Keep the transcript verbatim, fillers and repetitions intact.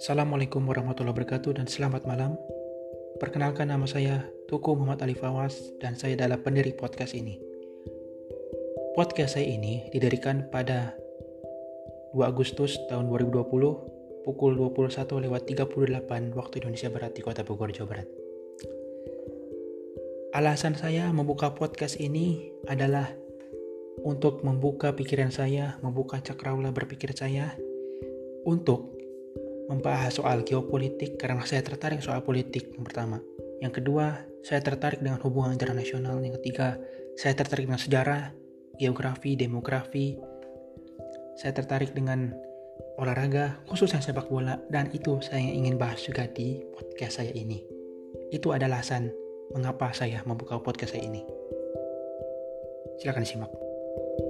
Assalamualaikum warahmatullahi wabarakatuh dan selamat malam. Perkenalkan, nama saya Tuku Muhammad Ali Fawaz dan saya adalah pendiri podcast ini. Podcast saya ini didirikan pada dua Agustus tahun dua ribu dua puluh pukul dua puluh satu lewat tiga puluh delapan waktu Indonesia Barat di Kota Bogor, Jawa Barat. Alasan saya membuka podcast ini adalah untuk membuka pikiran saya, membuka cakrawala berpikir saya untuk membahas soal geopolitik karena saya tertarik soal politik yang pertama. Yang kedua, saya tertarik dengan hubungan internasional. Yang ketiga, saya tertarik dengan sejarah, geografi, demografi. Saya tertarik dengan olahraga, khususnya sepak bola, dan itu saya ingin bahas juga di podcast saya ini. Itu adalah alasan mengapa saya membuka podcast saya ini. Silakan disimak.